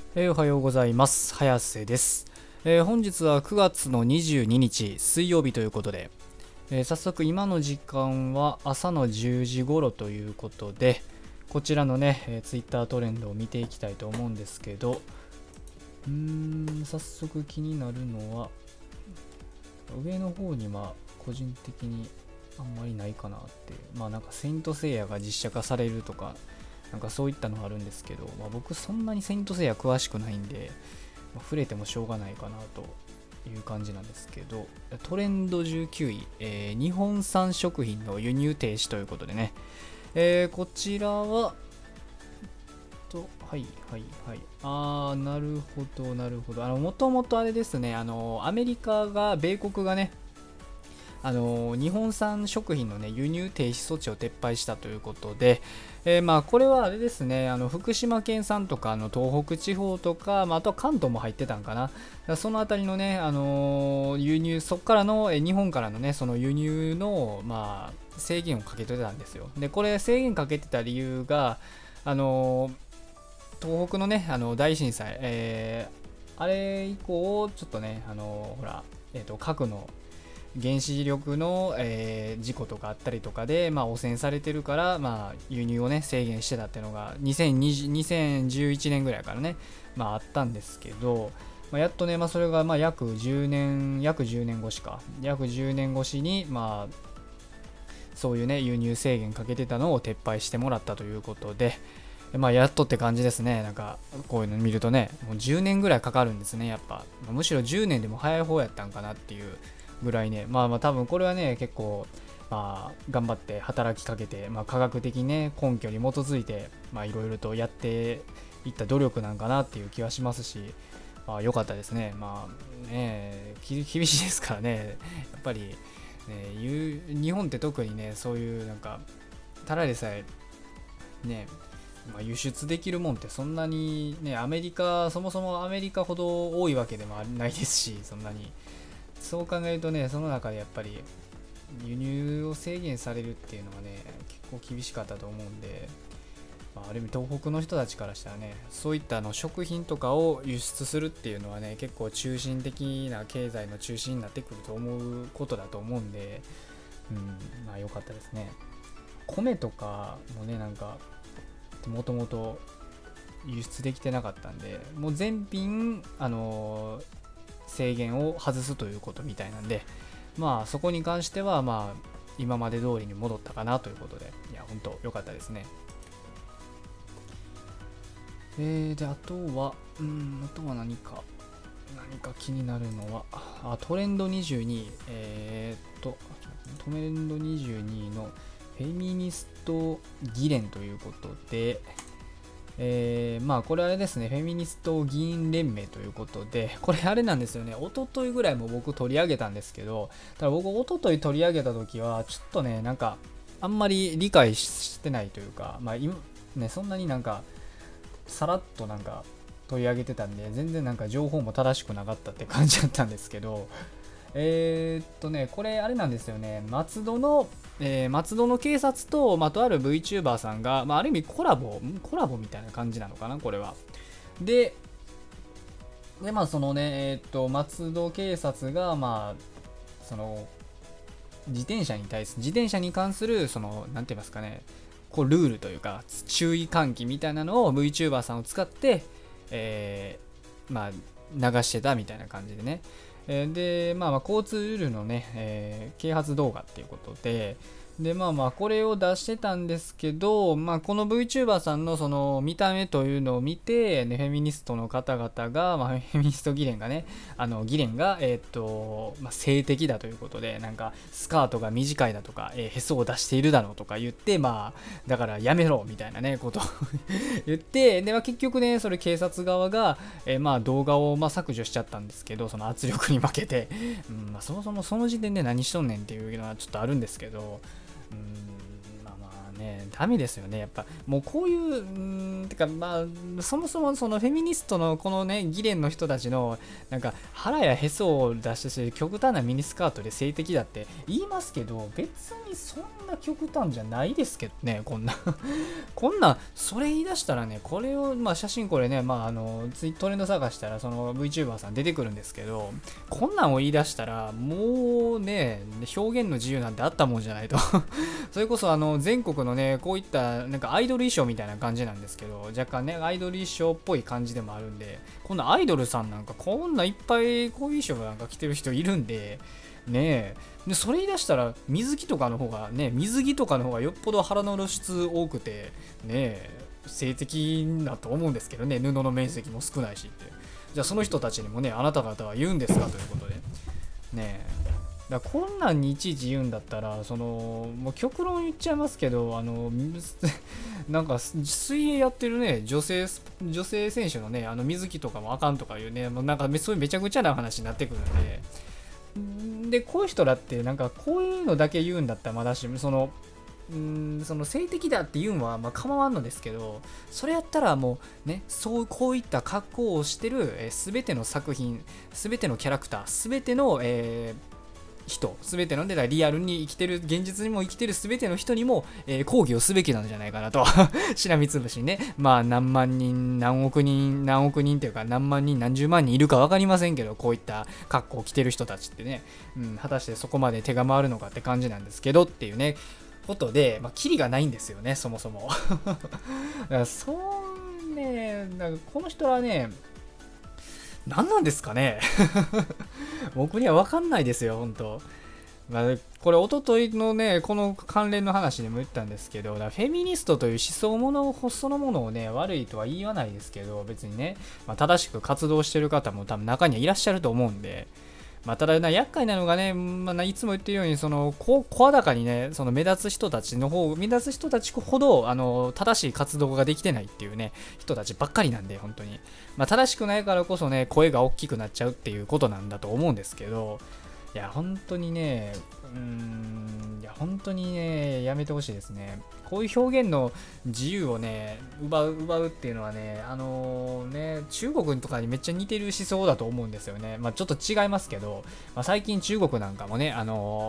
おはようございます。早瀬です。本日は9月の22日水曜日ということで、早速今の時間は朝の10時頃ということで、こちらのね、ツイッタートレンドを見ていきたいと思うんですけど、早速気になるのは、上の方には個人的にあんまりないかなっていう、なんかセイントセイヤが実写化されるとか、なんかそういったのがあるんですけど、僕そんなにセイントセイヤ詳しくないんで、触れてもしょうがないかなという感じなんですけど、トレンド19位、日本産食品の輸入停止ということでね、こちらはなるほどなるほど。もともとあれですね、アメリカが米国がね、日本産食品の、ね、輸入停止措置を撤廃したということで、これはあれですね、福島県産とか東北地方とか、あとは関東も入ってたんかな、そのあたりのね、輸入、そこからの日本からのね、その輸入の、制限をかけてたんですよ。で、これ制限かけてた理由が、東北のね、大震災、あれ以降、ちょっとね、核の原子力の、事故とかあったりとかで、汚染されてるから、輸入をね制限してたっていうのが2011年ぐらいからね、あったんですけど、やっとね、それが約10年越しか約10年越しにそういうね輸入制限かけてたのを撤廃してもらったということで、やっとって感じですね。なんかこういうの見るとね、もう10年ぐらいかかるんですね。やっぱむしろ10年でも早い方やったんかなっていうぐらいね、多分これはね結構頑張って働きかけて、科学的ね根拠に基づいていろいろとやっていった努力なんかなっていう気はしますし、良かったですね。厳しいですからね、やっぱりね、日本って特にねそういうなんかただでさえね、輸出できるもんってそんなにね、そもそもアメリカほど多いわけでもないですし、そんなにそう考えるとね、その中でやっぱり輸入を制限されるっていうのはね、結構厳しかったと思うんで、ある意味東北の人たちからしたらね、そういった食品とかを輸出するっていうのはね、結構中心的な経済の中心になってくると思うことだと思うんで、良かったですね。米とかもね、なんかもともと輸出できてなかったんで、もう全品制限を外すということみたいなんで、そこに関しては今まで通りに戻ったかなということで、いや本当良かったですね。であとは何か気になるのはトレンド22、トレンド22のフェミニスト議連ということで、これあれですね、フェミニスト議員連盟ということで、これあれなんですよね、一昨日ぐらいも僕取り上げたんですけど、ただ僕一昨日取り上げた時は、ちょっとね、なんか、あんまり理解してないというか、今、ね、そんなになんか、さらっとなんか取り上げてたんで、全然なんか情報も正しくなかったって感じだったんですけど、これあれなんですよね、松戸の警察と、とある VTuber さんが、ある意味コラボみたいな感じなのかな、これは。で、そのね、松戸警察が、その、自転車に関する、なんて言いますかね、ルールというか、注意喚起みたいなのを VTuber さんを使って、流してたみたいな感じでね。で、交通ルールのね、啓発動画っていうことで、これを出してたんですけど、この VTuber さんのその見た目というのを見て、フェミニストの方々が、フェミニスト議連がね、議連が、性的だということで、なんか、スカートが短いだとか、へそを出しているだろうとか言って、だからやめろみたいなね、ことを言って、で、結局ね、それ警察側が、動画を削除しちゃったんですけど、その圧力に負けて、そもそもその時点で何しとんねんっていうのはちょっとあるんですけど、 ダメですよね。やっぱもうこういうてかまあそもそもそのフェミニストのこのね議連の人たちのなんか腹やへそを出してし極端なミニスカートで性的だって言いますけど、別にそんな極端じゃないですけどね。こんなこんなそれ言い出したらね、これをまあ写真これね、まあトレンド探したらその VTuber さん出てくるんですけど、こんなんを言い出したらもうね表現の自由なんてあったもんじゃないとそれこそ全国のねこういったなんかアイドル衣装みたいな感じなんですけど、若干ねアイドル衣装っぽい感じでもあるんで、こんなアイドルさんなんかこんないっぱいこういう衣装なんか着てる人いるんでねでそれ言い出したら水着とかの方がよっぽど腹の露出多くてね性的だと思うんですけどね、布の面積も少ないしって、じゃあその人たちにもねあなた方は言うんですかということでねだからこんなんにいちいち言うんだったらもう極論言っちゃいますけどなんか水泳やってるね女性選手のね水着とかもあかんとかいうねもうなんかそういうめちゃくちゃな話になってくるんでこういう人だってなんかこういうのだけ言うんだったらまだしその性的だって言うのはまあ構わんのですけど、それやったらもうねこういった格好をしてる全ての作品、全てのキャラクター、全ての全てのでリアルに生きてる現実にも生きてる全ての人にも、抗議をすべきなんじゃないかなとしらみつぶしにね、まあ何万人何億人っていうか何万人何十万人いるか分かりませんけど、こういった格好を着てる人たちってね、果たしてそこまで手が回るのかって感じなんですけどっていうねことで、まあキリがないんですよねそもそもだからそうね、なんかこの人はね何なんですかね僕には分かんないですよ本当。まあ、これ一昨日のねこの関連の話でも言ったんですけど、フェミニストという思想ものそのものをね悪いとは言わないですけど、別にね、まあ、正しく活動してる方も多分中にはいらっしゃると思うんで、まあ、ただ厄介なのがね、まあ、いつも言ってるように声高にね目立つ人たちほど正しい活動ができてないっていうね人たちばっかりなんで、本当に、まあ、正しくないからこそね声が大きくなっちゃうっていうことなんだと思うんですけど、いや本当にねやめてほしいですね。こういう表現の自由をね奪うっていうのはね中国とかにめっちゃ似てる思想だと思うんですよね。まあちょっと違いますけど、まあ、最近中国なんかもね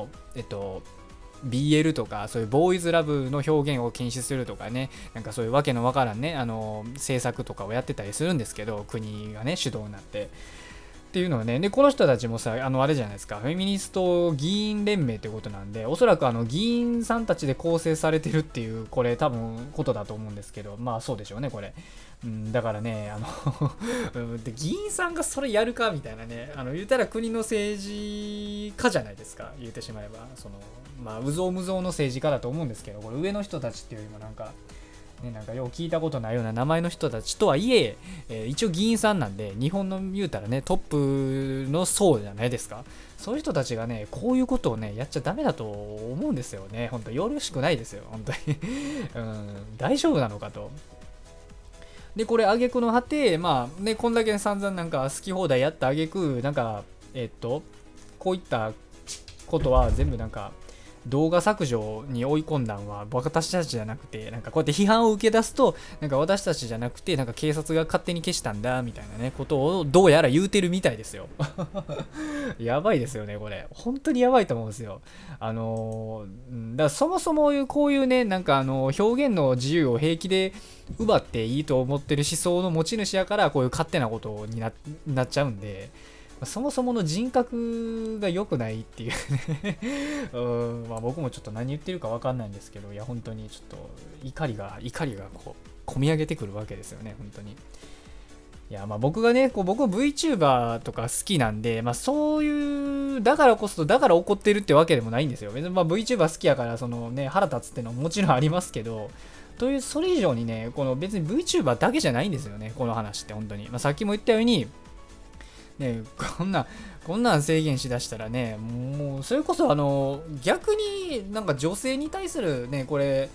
BL とかそういうボーイズラブの表現を禁止するとかね、なんかそういうわけのわからんね政策とかをやってたりするんですけど、国がね主導になってっていうのはね、でこの人たちもさあれじゃないですか、フェミニスト議員連盟ということなんで、おそらく議員さんたちで構成されてるっていうこれ多分ことだと思うんですけど、まあそうでしょうねこれ、だからねで議員さんがそれやるかみたいなね、言うたら国の政治家じゃないですか、言ってしまえばまあうぞうむぞうの政治家だと思うんですけど、これ上の人たちっていうよりもなんかよう聞いたことないような名前の人たちとはいえ一応議員さんなんで、日本の言うたらねトップの層じゃないですか。そういう人たちがねこういうことをねやっちゃダメだと思うんですよね。本当よろしくないですよ本当に大丈夫なのかと。でこれ挙句の果てまあねこんだけ散々なんか好き放題やった挙句なんかこういったことは全部なんか動画削除に追い込んだんは私たちじゃなくて、なんかこうやって批判を受け出すとなんか私たちじゃなくてなんか警察が勝手に消したんだみたいなねことをどうやら言うてるみたいですよやばいですよねこれ、本当にやばいと思うんですよ。だからそもそもこういうねなんか表現の自由を平気で奪っていいと思ってる思想の持ち主やからこういう勝手なことに なっちゃうんで、そもそもの人格が良くないっていうねまあ僕もちょっと何言ってるか分かんないんですけど、いや本当にちょっと怒りがこう込み上げてくるわけですよね本当に。いやまあ僕がね僕 VTuber とか好きなんで、まあそういうだから怒ってるってわけでもないんですよ。別にまあ VTuber 好きやから腹立つってのももちろんありますけど、というそれ以上にね別に VTuber だけじゃないんですよねこの話って本当に。まあさっきも言ったようにね、こんなん制限しだしたらねもうそれこそ逆になんか女性に対するねこれ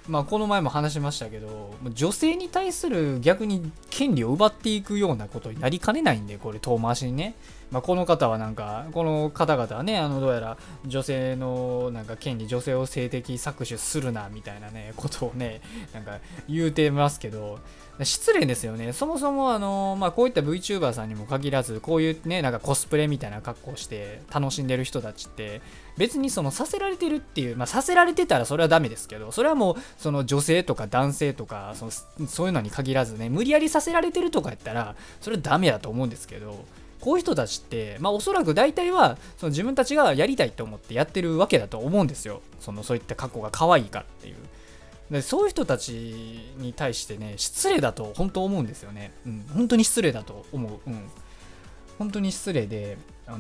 まあこの前も話しましたけど、女性に対する逆に権利を奪っていくようなことになりかねないんで、これ遠回しにね。まあ、この方はなんか、この方々はね、どうやら女性のなんか権利、女性を性的搾取するなみたいなね、ことをね、なんか言うてますけど、失礼ですよね。そもそもまあ、こういった VTuber さんにも限らず、こういうね、なんかコスプレみたいな格好をして楽しんでる人たちって、別にそのさせられてるっていう、まあ、させられてたらそれはダメですけど、それはもうその女性とか男性とかそういうのに限らずね、無理やりさせられてるとかやったら、それはダメだと思うんですけど、こういう人たちって、まあ、おそらく大体はその自分たちがやりたいと思ってやってるわけだと思うんですよ。そういった格好が可愛いからっていう。でそういう人たちに対してね、失礼だと本当思うんですよね。本当に失礼だと思う。本当に失礼で、ま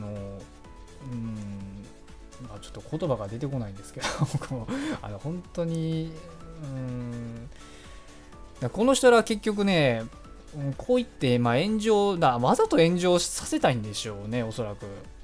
あ、ちょっと言葉が出てこないんですけど、本当に、この人ら結局ね、こう言って、まあ、わざと炎上させたいんでしょうね、おそらく。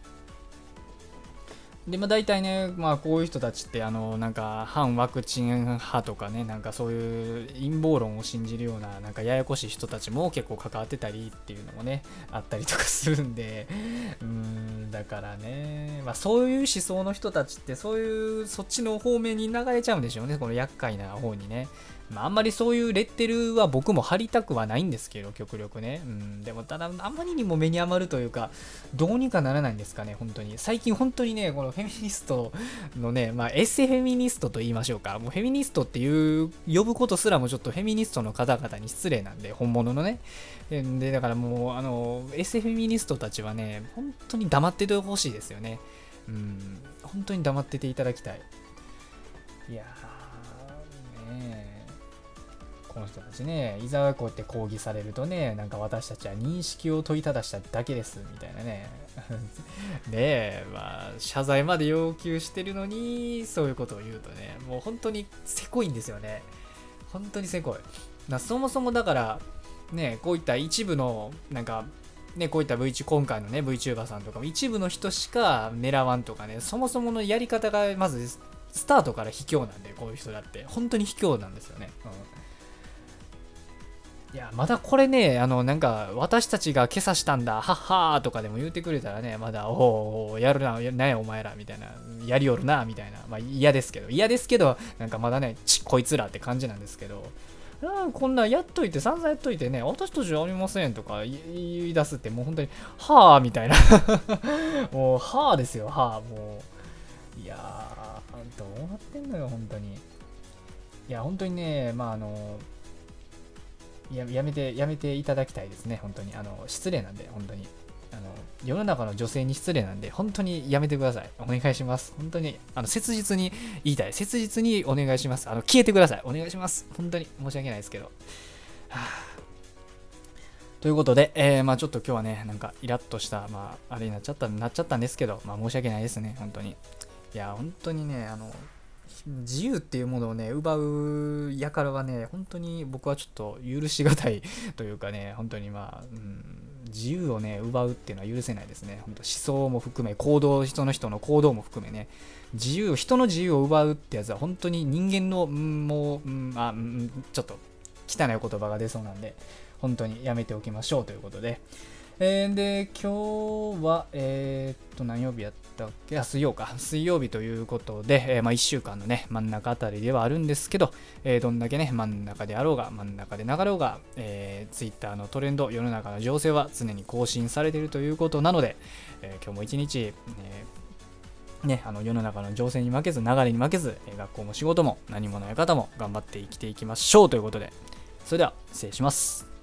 で、まあ、大体ね、まあ、こういう人たちって、なんか、反ワクチン派とかね、なんかそういう陰謀論を信じるような、なんかややこしい人たちも結構関わってたりっていうのもね、あったりとかするんで、だからね、まあ、そういう思想の人たちって、そっちの方面に流れちゃうんでしょうね、この厄介な方にね。まあ、あんまりそういうレッテルは僕も貼りたくはないんですけど、極力ね。でもただ、あまりにも目に余るというか、どうにかならないんですかね、本当に。最近本当にね、このフェミニストのね、まあ、エセフェミニストと言いましょうか。もうフェミニストっていう呼ぶことすらもちょっとフェミニストの方々に失礼なんで、本物のね。で、だからもう、エセフェミニストたちはね、本当に黙っててほしいですよね。本当に黙ってていただきたい。いやー、ねえ。この人たちね、いざこうやって抗議されるとね、なんか私たちは認識を問いただしただけですみたいなね。で、まあ、謝罪まで要求してるのに、そういうことを言うとね、もう本当にせこいんですよね。本当にせこい。そもそもだから、ね、こういった一部の、なんか、ね、こういった今回のね、VTuber さんとかも一部の人しか狙わんとかね、そもそものやり方がまずスタートから卑怯なんで、こういう人だって。本当に卑怯なんですよね。いや、まだこれね、なんか、私たちが今朝したんだ、はっはーとかでも言ってくれたらね、まだ、やるな、なんやお前ら、みたいな、やりよるな、みたいな、まあ嫌ですけど、なんかまだね、こいつらって感じなんですけど、こんなんやっといて、散々やっといてね、私たちはありませんとか言い出すって、もう本当に、はぁみたいな、もう、はぁですよ、はぁ、もう、いやー、どうなってんのよ、本当に。いや、本当にね、まあやめていただきたいですね、本当に。失礼なんで、本当に。世の中の女性に失礼なんで、本当にやめてください。お願いします。本当に、切実に言いたい。切実にお願いします。消えてください。お願いします。本当に申し訳ないですけど。ということで、まあちょっと今日はね、なんかイラッとした、まああれになっちゃったんですけど、まあ申し訳ないですね、本当に。いや、本当にね、自由っていうものをね、奪う輩はね、本当に僕はちょっと許しがたいというかね、本当にまあ、自由をね、奪うっていうのは許せないですね。本当思想も含め、人の人の行動も含めね、人の自由を奪うってやつは本当に人間の、ちょっと汚い言葉が出そうなんで、本当にやめておきましょうということで、で、今日は、何曜日やったっけ？水曜日ということで、まあ1週間のね、真ん中あたりではあるんですけど、どんだけね、真ん中であろうが、真ん中で流ろうが、Twitter のトレンド、世の中の情勢は常に更新されているということなので、今日も一日、世の中の情勢に負けず、流れに負けず、学校も仕事も何もない方も頑張って生きていきましょうということで、それでは失礼します。